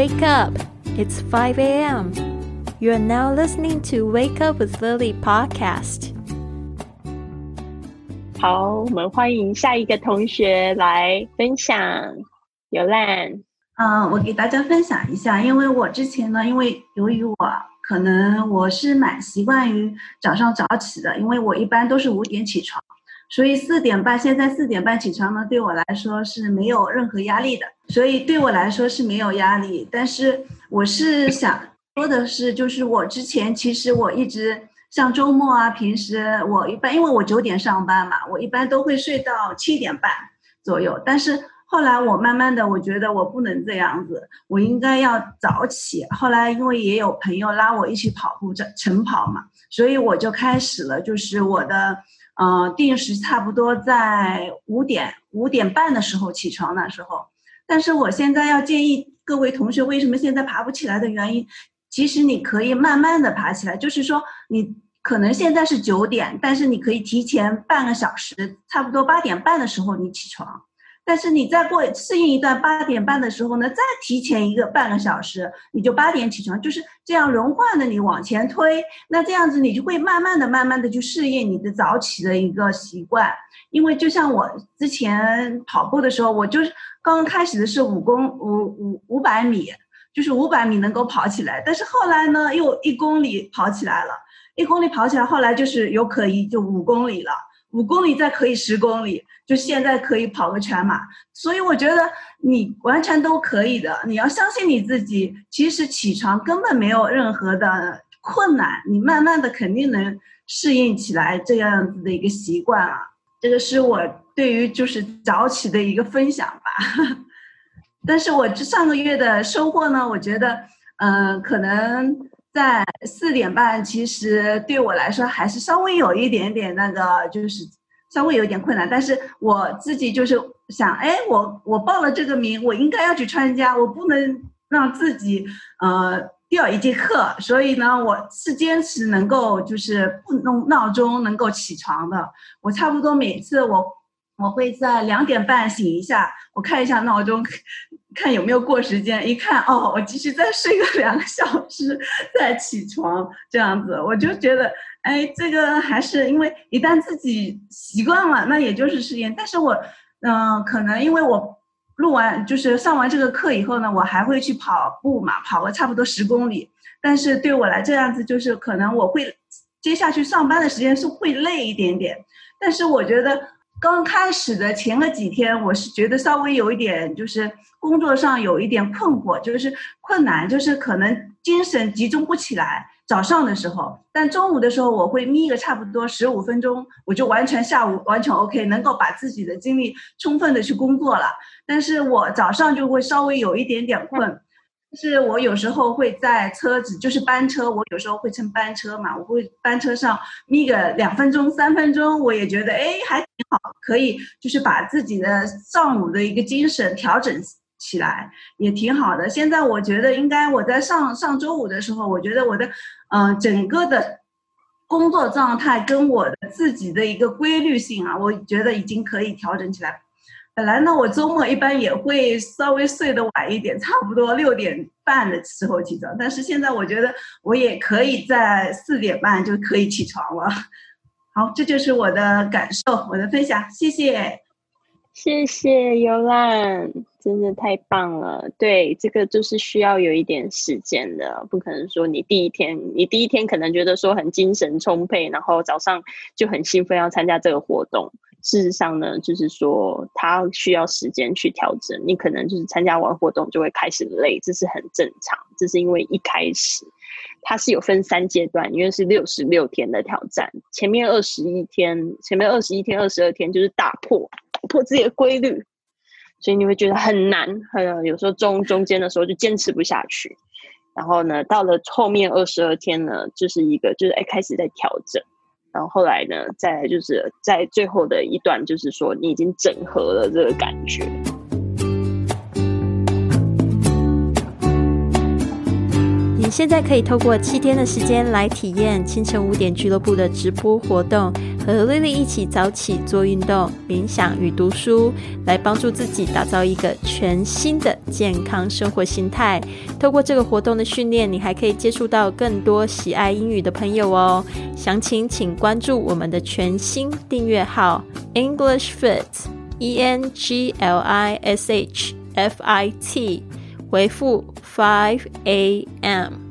Wake up! It's 5 a.m. You are now listening to Wake Up with Lily podcast. 好，我们欢迎下一个同学来分享。尤兰， 我给大家分享一下，因为我之前呢，由于我可能我是蛮习惯于早上早起的，因为我一般都是5点起床，所以4点半，现在4点半起床呢，对我来说是没有任何压力的，所以对我来说是没有压力。但是我是想说的是，就是我之前其实我一直像周末啊，平时我一般因为我9点上班嘛，我一般都会睡到7点半左右，但是后来我慢慢的我觉得我不能这样子，我应该要早起。后来因为也有朋友拉我一起跑步晨跑嘛，所以我就开始了，就是我的定时差不多在5点半的时候起床那时候。但是我现在要建议各位同学，为什么现在爬不起来的原因，其实你可以慢慢的爬起来，就是说你可能现在是9点，但是你可以提前半个小时，差不多8点半的时候你起床，但是你再适应一段8点半的时候呢，再提前半个小时，你就8点起床，就是这样轮换的你往前推，那这样子你就会慢慢的去适应你的早起的一个习惯。因为就像我之前跑步的时候，我就是刚刚开始的是500米，就是500米能够跑起来，但是后来呢又1公里跑起来了，1公里跑起来，后来就是可以就5公里了，5公里再可以10公里，就现在可以跑个全马。所以我觉得你完全都可以的，你要相信你自己，其实起床根本没有任何的困难，你慢慢的肯定能适应起来这样子的一个习惯啊。这个是我对于就是早起的一个分享吧。但是我上个月的收获呢，我觉得可能在4点半，其实对我来说还是稍微有一点点就是稍微有一点困难，但是我自己就是想，我报了这个名，我应该要去参加，我不能让自己掉一节课，所以呢，我是坚持能够就是不弄闹钟能够起床的。我差不多每次我会在2点半醒一下，我看一下闹钟，看有没有过时间，一看我继续再睡个2个小时再起床，这样子我就觉得这个还是因为一旦自己习惯了，那也就是适应。但是我可能因为我录完就是上完这个课以后呢，我还会去跑步嘛，跑个差不多10公里，但是对我来这样子就是可能我会接下去上班的时间是会累一点点。但是我觉得刚开始的前个几天，我是觉得稍微有一点就是工作上有一点困惑，就是困难，就是可能精神集中不起来，早上的时候，但中午的时候我会眯个差不多15分钟，我就下午完全 OK， 能够把自己的精力充分的去工作了。但是我早上就会稍微有一点点困，是我有时候会在车子，就是班车，我有时候会乘班车嘛，我会班车上眯个2分钟3分钟，我也觉得还挺好，可以就是把自己的上午的一个精神调整起来，也挺好的。现在我觉得应该我在上周五的时候，我觉得我的整个的工作状态跟我的自己的一个规律性啊，我觉得已经可以调整起来。本来呢，我周末一般也会稍微睡得晚一点，差不多6点半的时候起床，但是现在我觉得我也可以在4点半就可以起床了。好，这就是我的感受，我的分享，谢谢。 谢谢尤兰，真的太棒了。对，这个就是需要有一点时间的，不可能说你第一天可能觉得说很精神充沛，然后早上就很兴奋要参加这个活动。事实上呢，就是说它需要时间去调整，你可能就是参加完活动就会开始累，这是很正常。这是因为一开始它是有分3阶段，因为是66天的挑战，前面21天22天就是打破自己的规律，所以你会觉得很难，有时候中间的时候就坚持不下去，然后呢到了后面22天呢，就是开始在调整，然后后来呢再来就是在最后的一段，就是说你已经整合了这个感觉。 以现在可以透过7天的时间来体验清晨5点俱乐部的直播活动，和 Lily 一起早起做运动、冥想与读书，来帮助自己打造一个全新的健康生活形态。透过这个活动的训练，你还可以接触到更多喜爱英语的朋友哦。详情请关注我们的全新订阅号 English Fit ENGLISH FIT， 回复5 AM。